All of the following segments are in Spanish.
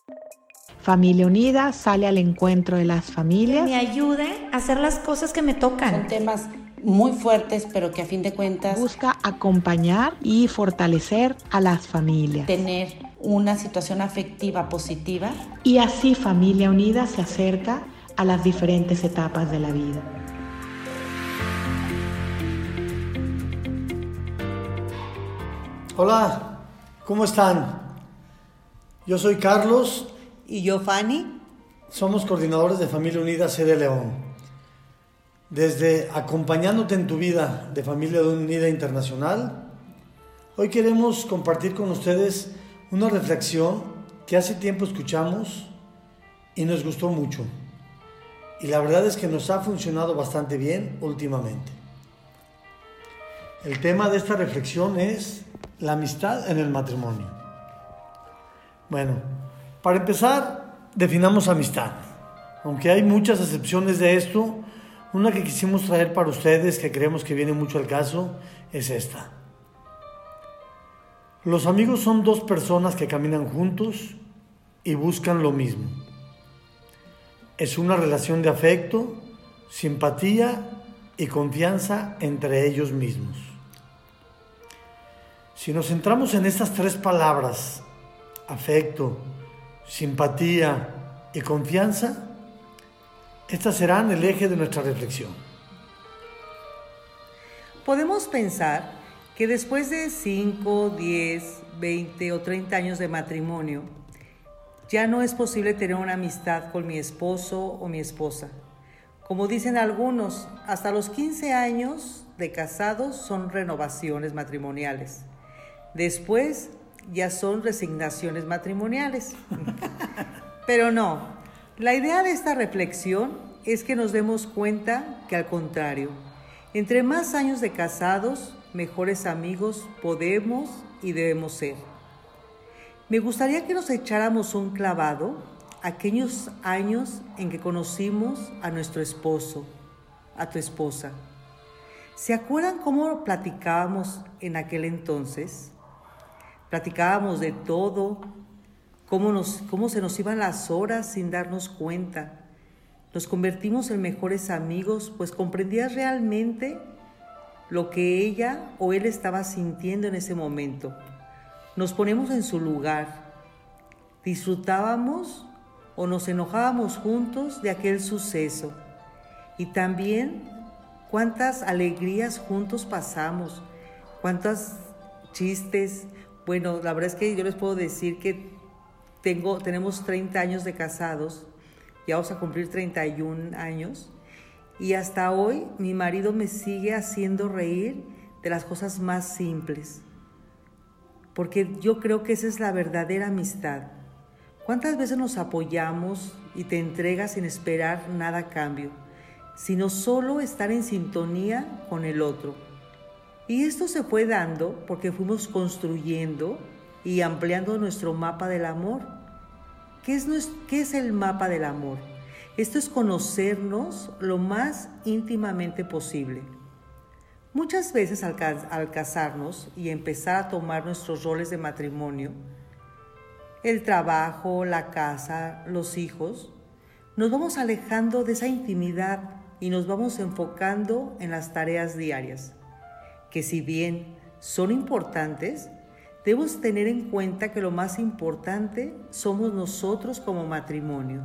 Familia Unida sale al encuentro de las familias. Que me ayude a hacer las cosas que me tocan. Son temas muy fuertes, pero que a fin de cuentas busca acompañar y fortalecer a las familias. Tener una situación afectiva positiva. Y así Familia Unida se acerca a las diferentes etapas de la vida. Hola, ¿cómo están? Yo soy Carlos. Y yo, Fanny. Somos coordinadores de Familia Unida C de León. Desde Acompañándote en tu vida de Familia Unida Internacional, hoy queremos compartir con ustedes una reflexión que hace tiempo escuchamos y nos gustó mucho. Y la verdad es que nos ha funcionado bastante bien últimamente. El tema de esta reflexión es la amistad en el matrimonio. Bueno, para empezar, definamos amistad. Aunque hay muchas excepciones de esto, una que quisimos traer para ustedes, que creemos que viene mucho al caso, es esta. Los amigos son dos personas que caminan juntos y buscan lo mismo. Es una relación de afecto, simpatía y confianza entre ellos mismos. Si nos centramos en estas tres palabras, afecto, simpatía y confianza, estas serán el eje de nuestra reflexión. Podemos pensar que después de 5, 10, 20 o 30 años de matrimonio, ya no es posible tener una amistad con mi esposo o mi esposa. Como dicen algunos, hasta los 15 años de casados son renovaciones matrimoniales. Después ya son resignaciones matrimoniales. Pero no. La idea de esta reflexión es que nos demos cuenta que al contrario, entre más años de casados, mejores amigos podemos y debemos ser. Me gustaría que nos echáramos un clavado a aquellos años en que conocimos a nuestro esposo, a tu esposa. ¿Se acuerdan cómo platicábamos en aquel entonces? Platicábamos de todo. Cómo se nos iban las horas sin darnos cuenta. Nos convertimos en mejores amigos, pues comprendías realmente lo que ella o él estaba sintiendo en ese momento. Nos ponemos en su lugar. Disfrutábamos o nos enojábamos juntos de aquel suceso. Y también cuántas alegrías juntos pasamos, cuántos chistes. Bueno, la verdad es que yo les puedo decir que tenemos 30 años de casados, ya vamos a cumplir 31 años, y hasta hoy mi marido me sigue haciendo reír de las cosas más simples, porque yo creo que esa es la verdadera amistad. ¿Cuántas veces nos apoyamos y te entregas sin esperar nada a cambio, sino solo estar en sintonía con el otro? Y esto se fue dando porque fuimos construyendo y ampliando nuestro mapa del amor. ¿Qué es el mapa del amor? Esto es conocernos lo más íntimamente posible. Muchas veces al casarnos y empezar a tomar nuestros roles de matrimonio, el trabajo, la casa, los hijos, nos vamos alejando de esa intimidad y nos vamos enfocando en las tareas diarias, que si bien son importantes, debemos tener en cuenta que lo más importante somos nosotros como matrimonio.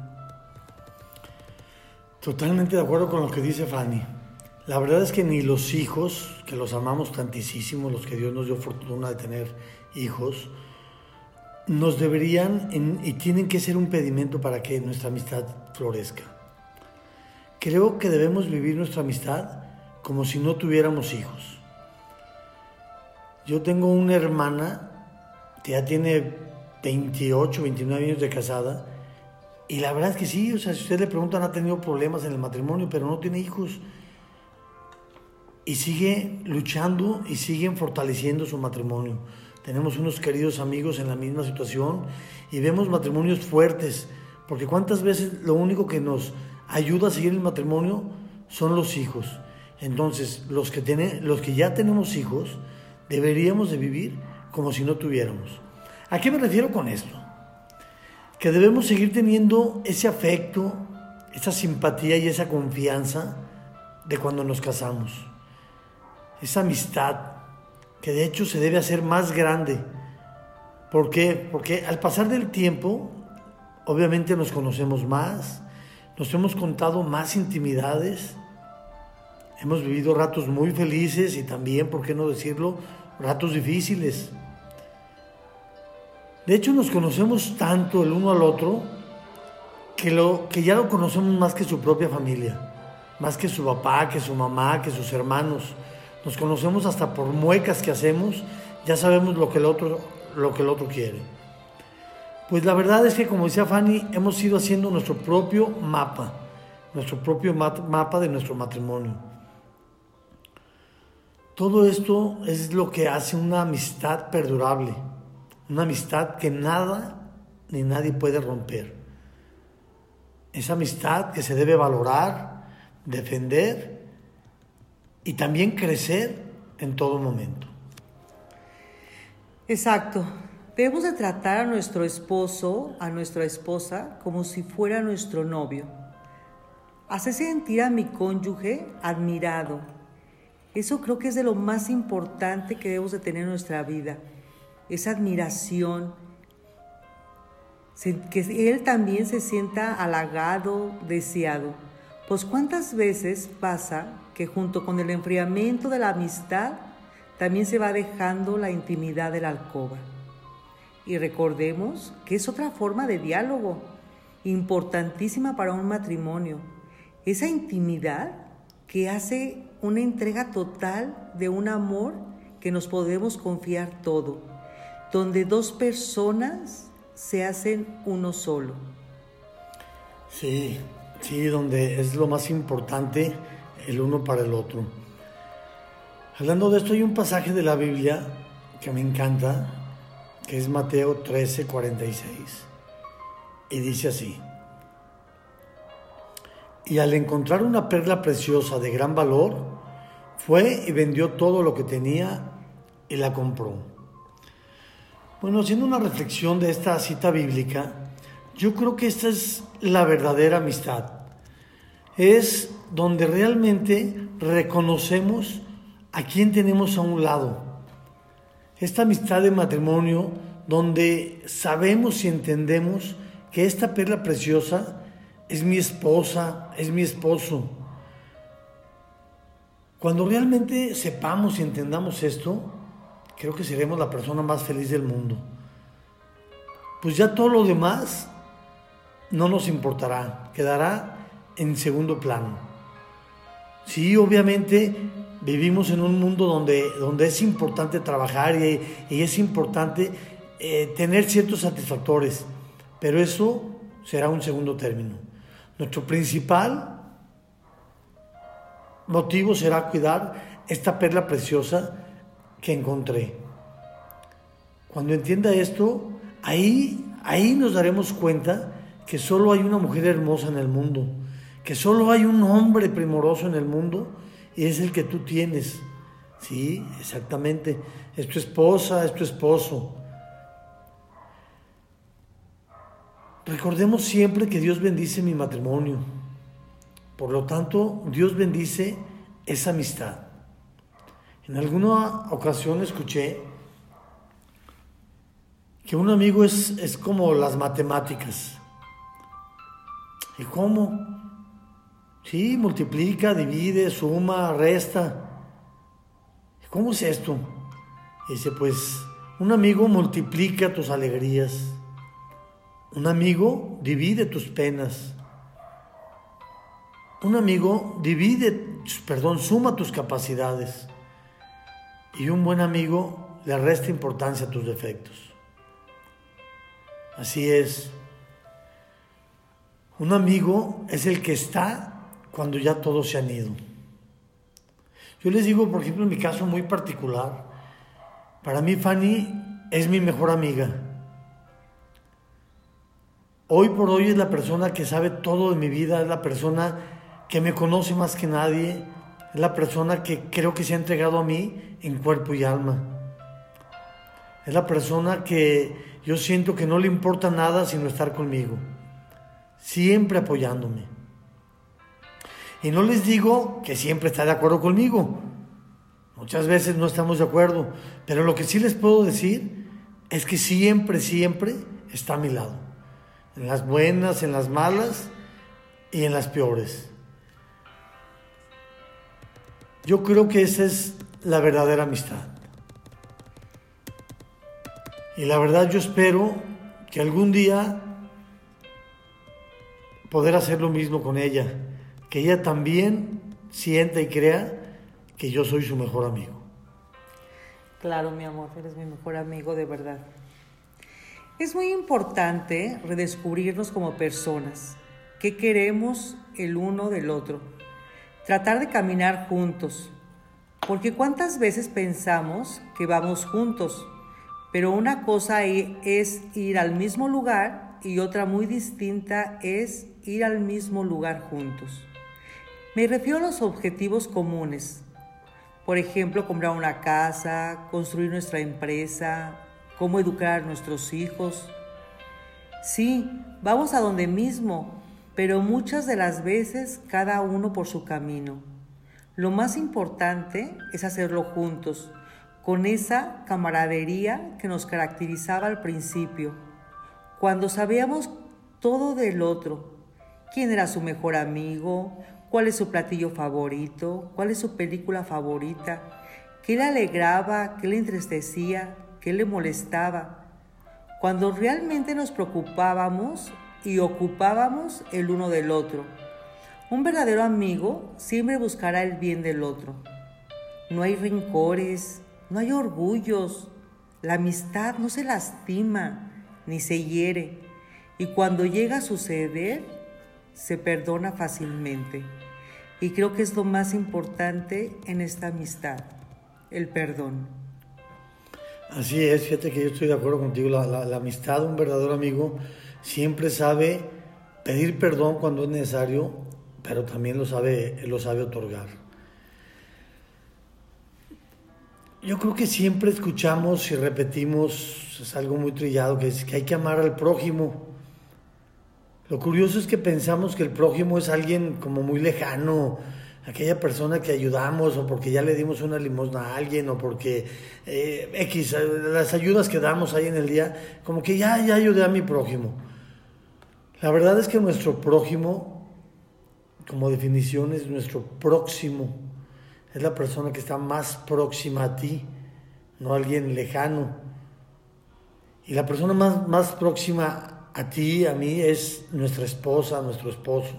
Totalmente de acuerdo con lo que dice Fanny. La verdad es que ni los hijos, que los amamos tantísimo, los que Dios nos dio fortuna de tener hijos, nos deberían y tienen que ser un impedimento para que nuestra amistad florezca. Creo que debemos vivir nuestra amistad como si no tuviéramos hijos. Yo tengo una hermana que ya tiene 28, 29 años de casada, y la verdad es que sí, o sea, si ustedes le preguntan, ha tenido problemas en el matrimonio, pero no tiene hijos. Y sigue luchando y siguen fortaleciendo su matrimonio. Tenemos unos queridos amigos en la misma situación y vemos matrimonios fuertes, porque cuántas veces lo único que nos ayuda a seguir el matrimonio son los hijos. Entonces, los que ya tenemos hijos, deberíamos de vivir como si no tuviéramos. ¿A qué me refiero con esto? que debemos seguir teniendo ese afecto, esa simpatía y esa confianza de cuando nos casamos. Esa amistad que de hecho se debe hacer más grande. ¿Por qué? Porque al pasar del tiempo, obviamente nos conocemos más, nos hemos contado más intimidades, hemos vivido ratos muy felices y también, ¿por qué no decirlo?, ratos difíciles. De hecho, nos conocemos tanto el uno al otro que ya lo conocemos más que su propia familia, más que su papá, que su mamá, que sus hermanos. Nos conocemos hasta por muecas que hacemos, ya sabemos lo que el otro quiere. Pues la verdad es que, como decía Fanny, hemos ido haciendo nuestro propio mapa de nuestro matrimonio. Todo esto es lo que hace una amistad perdurable, una amistad que nada ni nadie puede romper. Esa amistad que se debe valorar, defender y también crecer en todo momento. Exacto. Debemos de tratar a nuestro esposo, a nuestra esposa, como si fuera nuestro novio. Hacer sentir a mi cónyuge admirado. Eso creo que es de lo más importante que debemos de tener en nuestra vida. Esa admiración. Que él también se sienta halagado, deseado. Pues ¿cuántas veces pasa que junto con el enfriamiento de la amistad también se va dejando la intimidad de la alcoba? Y recordemos que es otra forma de diálogo, importantísima para un matrimonio. Esa intimidad que hace una entrega total de un amor que nos podemos confiar todo, donde dos personas se hacen uno solo. Sí, donde es lo más importante el uno para el otro. Hablando de esto, hay un pasaje de la Biblia que me encanta, que es Mateo 13:46, y dice así: y al encontrar una perla preciosa de gran valor, fue y vendió todo lo que tenía y la compró. Bueno, haciendo una reflexión de esta cita bíblica, yo creo que esta es la verdadera amistad. Es donde realmente reconocemos a quién tenemos a un lado. Esta amistad de matrimonio donde sabemos y entendemos que esta perla preciosa es mi esposa, es mi esposo. Cuando realmente sepamos y entendamos esto, creo que seremos la persona más feliz del mundo. Pues ya todo lo demás no nos importará, quedará en segundo plano. Sí, obviamente vivimos en un mundo donde es importante trabajar y es importante tener ciertos satisfactores, pero eso será un segundo término. Nuestro principal motivo será cuidar esta perla preciosa que encontré. Cuando entienda esto, ahí nos daremos cuenta que solo hay una mujer hermosa en el mundo, que solo hay un hombre primoroso en el mundo, y es el que tú tienes. Sí, exactamente. Es tu esposa, es tu esposo. Recordemos siempre que Dios bendice mi matrimonio. Por lo tanto, Dios bendice esa amistad. En alguna ocasión escuché que un amigo es como las matemáticas. ¿Y cómo? Sí, multiplica, divide, suma, resta. ¿Cómo es esto? Dice, pues, un amigo multiplica tus alegrías. Un amigo divide tus penas. Un amigo suma tus capacidades. Y un buen amigo le resta importancia a tus defectos. Así es. Un amigo es el que está cuando ya todos se han ido. Yo les digo, por ejemplo, en mi caso muy particular, para mí Fanny es mi mejor amiga. Hoy por hoy es la persona que sabe todo de mi vida, es la persona que me conoce más que nadie, es la persona que creo que se ha entregado a mí en cuerpo y alma. Es la persona que yo siento que no le importa nada sino estar conmigo, siempre apoyándome. Y no les digo que siempre está de acuerdo conmigo. Muchas veces no estamos de acuerdo, pero lo que sí les puedo decir es que siempre, siempre está a mi lado. En las buenas, en las malas y en las peores. Yo creo que esa es la verdadera amistad. Y la verdad yo espero que algún día poder hacer lo mismo con ella. Que ella también sienta y crea que yo soy su mejor amigo. Claro, mi amor, eres mi mejor amigo de verdad. Es muy importante redescubrirnos como personas. ¿Qué queremos el uno del otro? Tratar de caminar juntos. Porque ¿cuántas veces pensamos que vamos juntos? Pero una cosa es ir al mismo lugar y otra muy distinta es ir al mismo lugar juntos. Me refiero a los objetivos comunes. Por ejemplo, comprar una casa, construir nuestra empresa, cómo educar a nuestros hijos. Sí, vamos a donde mismo, pero muchas de las veces cada uno por su camino. Lo más importante es hacerlo juntos, con esa camaradería que nos caracterizaba al principio, cuando sabíamos todo del otro, quién era su mejor amigo, cuál es su platillo favorito, cuál es su película favorita, qué le alegraba, qué le entristecía, qué le molestaba. Cuando realmente nos preocupábamos y ocupábamos el uno del otro. Un verdadero amigo siempre buscará el bien del otro. No hay rencores, no hay orgullos. La amistad no se lastima ni se hiere. Y cuando llega a suceder, se perdona fácilmente. Y creo que es lo más importante en esta amistad, el perdón. Así es, fíjate que yo estoy de acuerdo contigo. La amistad, un verdadero amigo, siempre sabe pedir perdón cuando es necesario, pero también lo sabe otorgar. Yo creo que siempre escuchamos y repetimos, es algo muy trillado, que es que hay que amar al prójimo. Lo curioso es que pensamos que el prójimo es alguien como muy lejano, aquella persona que ayudamos o porque ya le dimos una limosna a alguien o porque las ayudas que damos ahí en el día, como que ya ayudé a mi prójimo. La verdad es que nuestro prójimo, como definición, es nuestro próximo. Es la persona que está más próxima a ti, no alguien lejano. Y la persona más próxima a ti, a mí, es nuestra esposa, nuestro esposo.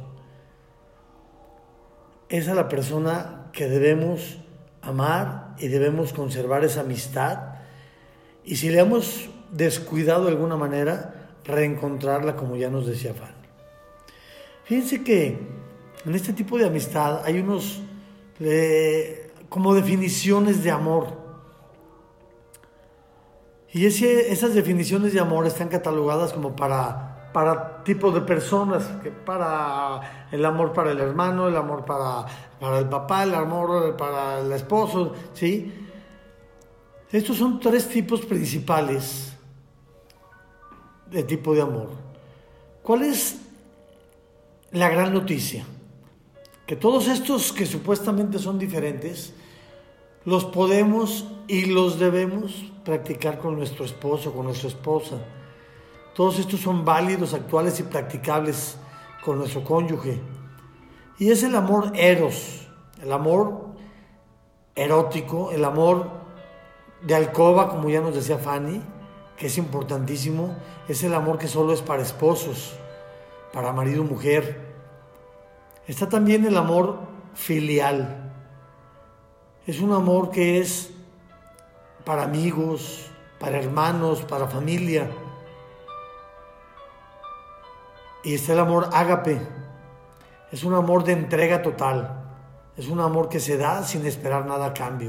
Esa es la persona que debemos amar y debemos conservar esa amistad. Y si le hemos descuidado de alguna manera, reencontrarla, como ya nos decía Fanny. Fíjense que en este tipo de amistad hay unos como definiciones de amor. Y esas definiciones de amor están catalogadas como para tipos de personas, que para el amor para el hermano, el amor para el papá, el amor para el esposo, ¿sí? Estos son 3 tipos principales de tipo de amor. ¿Cuál es la gran noticia? Que todos estos que supuestamente son diferentes, los podemos y los debemos practicar con nuestro esposo, con nuestra esposa. Todos estos son válidos, actuales y practicables con nuestro cónyuge. Y es el amor eros, el amor erótico, el amor de alcoba, como ya nos decía Fanny, que es importantísimo. Es el amor que solo es para esposos, para marido y mujer. Está también el amor filial. Es un amor que es para amigos, para hermanos, para familia. Y está el amor ágape. Es un amor de entrega total. Es un amor que se da sin esperar nada a cambio.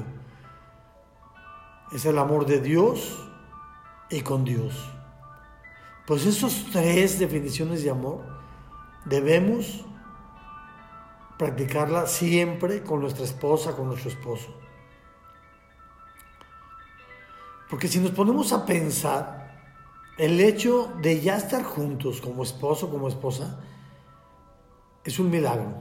Es el amor de Dios y con Dios. Pues esas 3 definiciones de amor debemos practicarla siempre con nuestra esposa, con nuestro esposo. Porque si nos ponemos a pensar, el hecho de ya estar juntos como esposo, como esposa, es un milagro.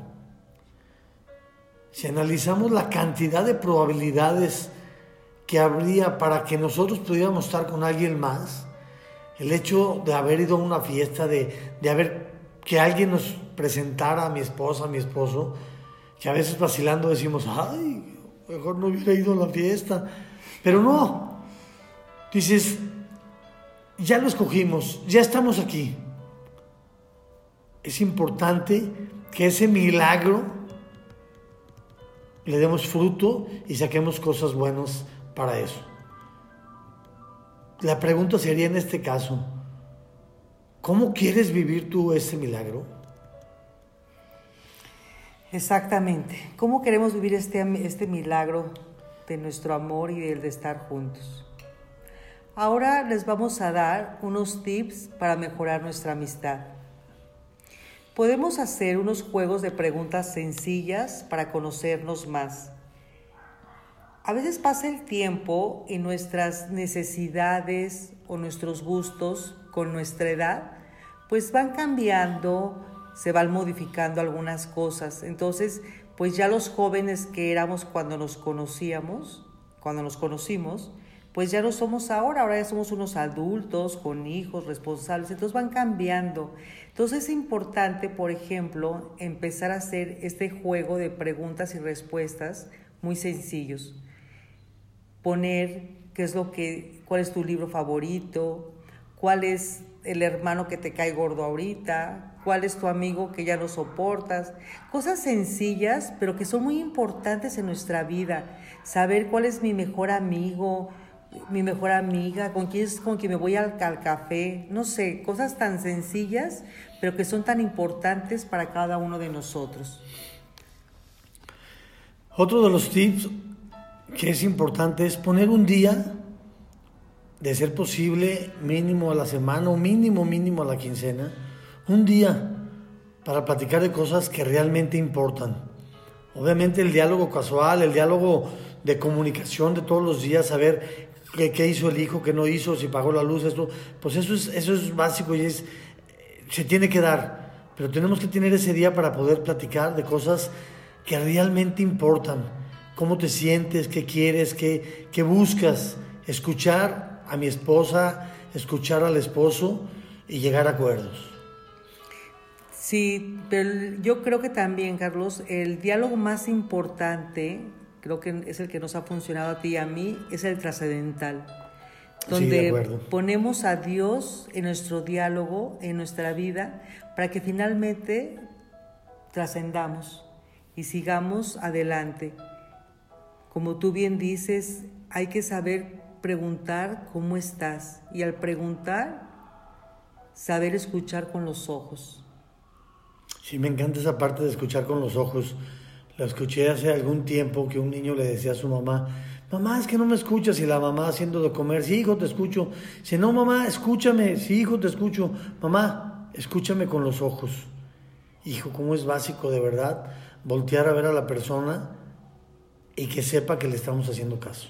Si analizamos la cantidad de probabilidades que habría para que nosotros pudiéramos estar con alguien más, el hecho de haber ido a una fiesta, de que alguien nos presentara a mi esposa, a mi esposo, que a veces vacilando decimos, ay, mejor no hubiera ido a la fiesta, pero no, dices, ya lo escogimos, ya estamos aquí. Es importante que ese milagro le demos fruto y saquemos cosas buenas para eso. La pregunta sería en este caso, ¿cómo quieres vivir tú ese milagro? Exactamente. ¿Cómo queremos vivir este milagro de nuestro amor y del de estar juntos? Ahora les vamos a dar unos tips para mejorar nuestra amistad. Podemos hacer unos juegos de preguntas sencillas para conocernos más. A veces pasa el tiempo y nuestras necesidades o nuestros gustos con nuestra edad, pues van cambiando, se van modificando algunas cosas. Entonces, pues ya los jóvenes que éramos cuando nos conocimos, pues ya no somos ahora ya somos unos adultos con hijos responsables, entonces van cambiando. Entonces es importante, por ejemplo, empezar a hacer este juego de preguntas y respuestas muy sencillos. Poner cuál es tu libro favorito, cuál es el hermano que te cae gordo ahorita, cuál es tu amigo que ya no soportas. Cosas sencillas, pero que son muy importantes en nuestra vida. Saber cuál es mi mejor amigo, mi mejor amiga, con quién me voy al café, no sé, cosas tan sencillas, pero que son tan importantes para cada uno de nosotros. Otro de los tips que es importante es poner un día, de ser posible, mínimo a la semana o mínimo a la quincena, un día para platicar de cosas que realmente importan. Obviamente el diálogo casual, el diálogo de comunicación de todos los días, saber qué hizo el hijo, qué no hizo, si pagó la luz, esto, pues eso es básico y se tiene que dar, pero tenemos que tener ese día para poder platicar de cosas que realmente importan. ¿Cómo te sientes? ¿Qué quieres? ¿Qué buscas? Escuchar a mi esposa, escuchar al esposo y llegar a acuerdos. Sí, pero yo creo que también, Carlos, el diálogo más importante, creo que es el que nos ha funcionado a ti y a mí, es el trascendental, donde ponemos a Dios en nuestro diálogo, en nuestra vida, para que finalmente trascendamos y sigamos adelante. Como tú bien dices, hay que saber preguntar cómo estás y al preguntar, saber escuchar con los ojos. Sí, me encanta esa parte de escuchar con los ojos. La escuché hace algún tiempo que un niño le decía a su mamá, mamá, es que no me escuchas, y la mamá haciendo de comer, sí, hijo, te escucho. Dice, no, mamá, escúchame, sí, hijo, te escucho. Mamá, escúchame con los ojos. Hijo, cómo es básico, de verdad, voltear a ver a la persona y que sepa que le estamos haciendo caso.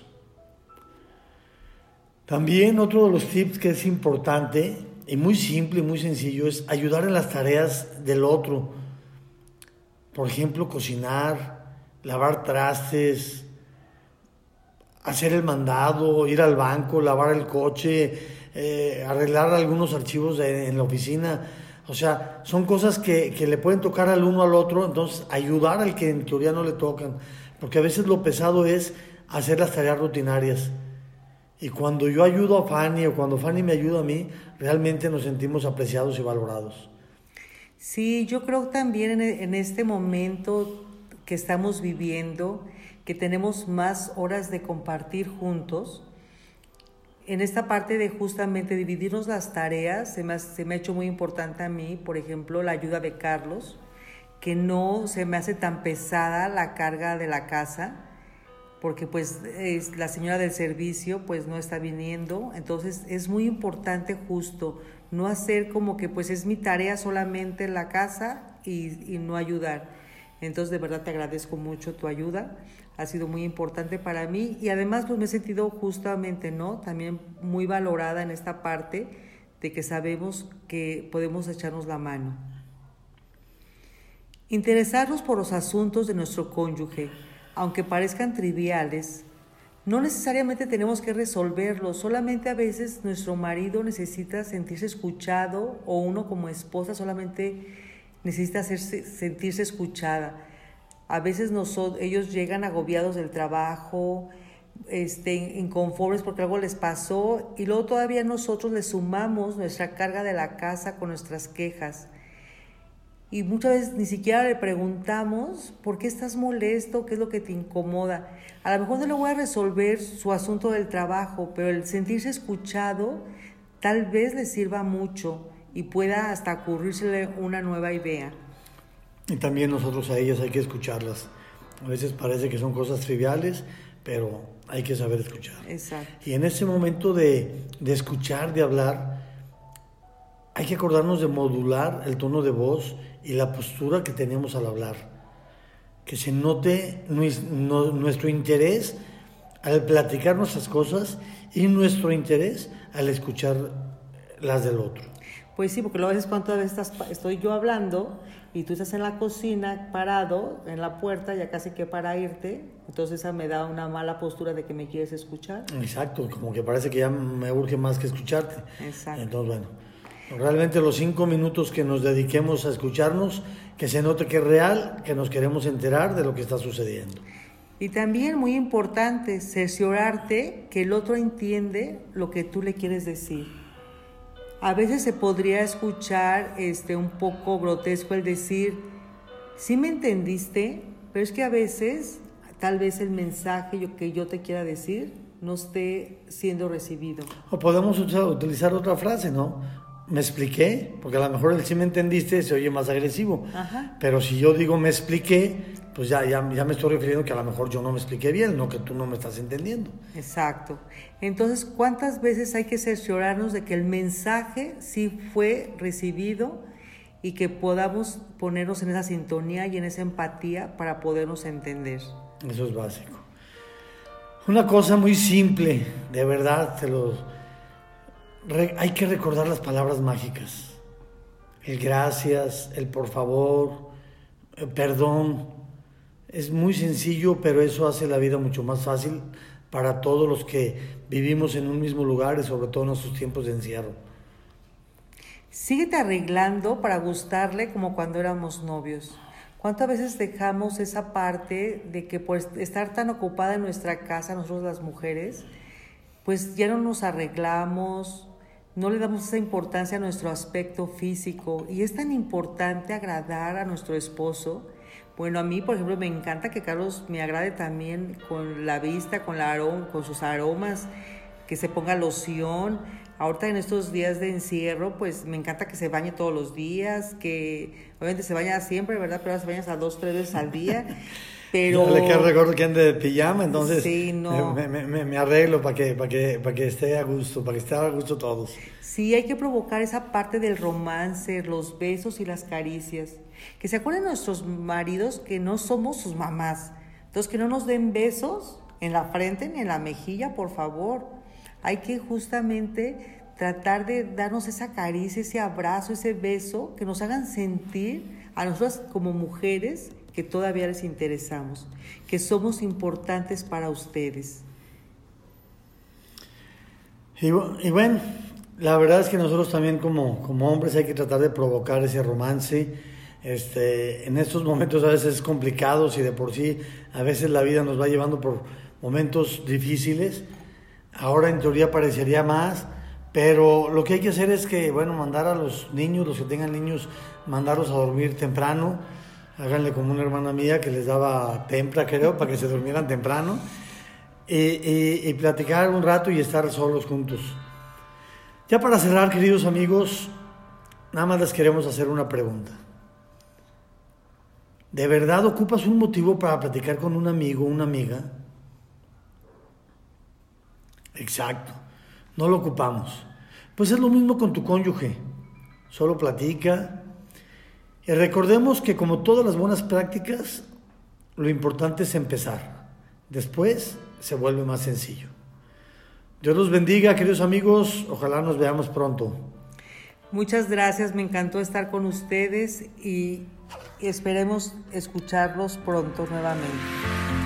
También otro de los tips que es importante y muy simple y muy sencillo es ayudar en las tareas del otro. Por ejemplo, cocinar, lavar trastes, hacer el mandado, ir al banco, lavar el coche, arreglar algunos archivos en la oficina. O sea, son cosas que le pueden tocar al uno al otro, entonces ayudar al que en teoría no le tocan. Porque a veces lo pesado es hacer las tareas rutinarias. Y cuando yo ayudo a Fanny o cuando Fanny me ayuda a mí, realmente nos sentimos apreciados y valorados. Sí, yo creo también en este momento que estamos viviendo, que tenemos más horas de compartir juntos, en esta parte de justamente dividirnos las tareas, se me ha hecho muy importante a mí, por ejemplo, la ayuda de Carlos, que no se me hace tan pesada la carga de la casa, porque pues la señora del servicio pues no está viniendo, entonces es muy importante justo no hacer como que pues es mi tarea solamente en la casa y no ayudar. Entonces de verdad te agradezco mucho tu ayuda, ha sido muy importante para mí y además pues me he sentido justamente, ¿no? También muy valorada en esta parte de que sabemos que podemos echarnos la mano. Interesarnos por los asuntos de nuestro cónyuge, aunque parezcan triviales, no necesariamente tenemos que resolverlos, solamente a veces nuestro marido necesita sentirse escuchado o uno como esposa solamente necesita sentirse escuchada. A veces ellos llegan agobiados del trabajo, inconformes porque algo les pasó y luego todavía nosotros les sumamos nuestra carga de la casa con nuestras quejas. Y muchas veces ni siquiera le preguntamos por qué estás molesto, qué es lo que te incomoda. A lo mejor no le voy a resolver su asunto del trabajo, pero el sentirse escuchado tal vez le sirva mucho y pueda hasta ocurrírsele una nueva idea. Y también nosotros a ellas hay que escucharlas. A veces parece que son cosas triviales, pero hay que saber escuchar. Exacto. Y en ese momento de escuchar, de hablar, hay que acordarnos de modular el tono de voz y la postura que tenemos al hablar. Que se note nuestro interés al platicar nuestras cosas y nuestro interés al escuchar las del otro. Pues sí, porque luego a veces cuántas veces estoy yo hablando y tú estás en la cocina parado en la puerta ya casi que para irte, entonces esa me da una mala postura de que me quieres escuchar. Exacto, como que parece que ya me urge más que escucharte. Exacto. Entonces, bueno, realmente los 5 minutos que nos dediquemos a escucharnos, que se note que es real, que nos queremos enterar de lo que está sucediendo. Y también muy importante, cerciorarte que el otro entiende lo que tú le quieres decir. A veces se podría escuchar un poco grotesco el decir, sí me entendiste, pero es que a veces tal vez el mensaje que yo te quiera decir no esté siendo recibido. O podemos utilizar otra frase, ¿no? Me expliqué, porque a lo mejor el sí me entendiste se oye más agresivo. Ajá. Pero si yo digo me expliqué, pues ya me estoy refiriendo que a lo mejor yo no me expliqué bien, no que tú no me estás entendiendo. Exacto. Entonces, ¿cuántas veces hay que cerciorarnos de que el mensaje sí fue recibido y que podamos ponernos en esa sintonía y en esa empatía para podernos entender? Eso es básico. Una cosa muy simple, de verdad, hay que recordar las palabras mágicas. El gracias, el por favor, el perdón. Es muy sencillo, pero eso hace la vida mucho más fácil para todos los que vivimos en un mismo lugar y sobre todo en nuestros tiempos de encierro. Síguete arreglando para gustarle como cuando éramos novios. ¿Cuántas veces dejamos esa parte de que por estar tan ocupada en nuestra casa, nosotros las mujeres, pues ya no nos arreglamos, no le damos esa importancia a nuestro aspecto físico? Y es tan importante agradar a nuestro esposo. Bueno, a mí, por ejemplo, me encanta que Carlos me agrade también con la vista, con sus aromas, que se ponga loción. Ahorita en estos días de encierro, pues me encanta que se bañe todos los días, que obviamente se baña siempre, ¿verdad? Pero ahora se baña hasta 2, 3 veces al día. Pero le queda recuerdo que ande de pijama, entonces sí, no. me arreglo para que esté a gusto, para que estén a gusto todos. Sí, hay que provocar esa parte del romance, los besos y las caricias. Que se acuerden nuestros maridos que no somos sus mamás. Entonces, que no nos den besos en la frente ni en la mejilla, por favor. Hay que justamente tratar de darnos esa caricia, ese abrazo, ese beso, que nos hagan sentir a nosotras como mujeres que todavía les interesamos, que somos importantes para ustedes. Y bueno, la verdad es que nosotros también como hombres hay que tratar de provocar ese romance. En estos momentos a veces es complicado, si de por sí a veces la vida nos va llevando por momentos difíciles. Ahora en teoría parecería más, pero lo que hay que hacer es que, mandar a los niños, los que tengan niños, mandarlos a dormir temprano. Háganle como una hermana mía que les daba tempra, creo, para que se durmieran temprano. Y platicar un rato y estar solos juntos. Ya para cerrar, queridos amigos, nada más les queremos hacer una pregunta. ¿De verdad ocupas un motivo para platicar con un amigo o una amiga? Exacto, no lo ocupamos. Pues es lo mismo con tu cónyuge. Solo platica. Y recordemos que como todas las buenas prácticas, lo importante es empezar. Después se vuelve más sencillo. Dios los bendiga, queridos amigos. Ojalá nos veamos pronto. Muchas gracias, me encantó estar con ustedes y esperemos escucharlos pronto nuevamente.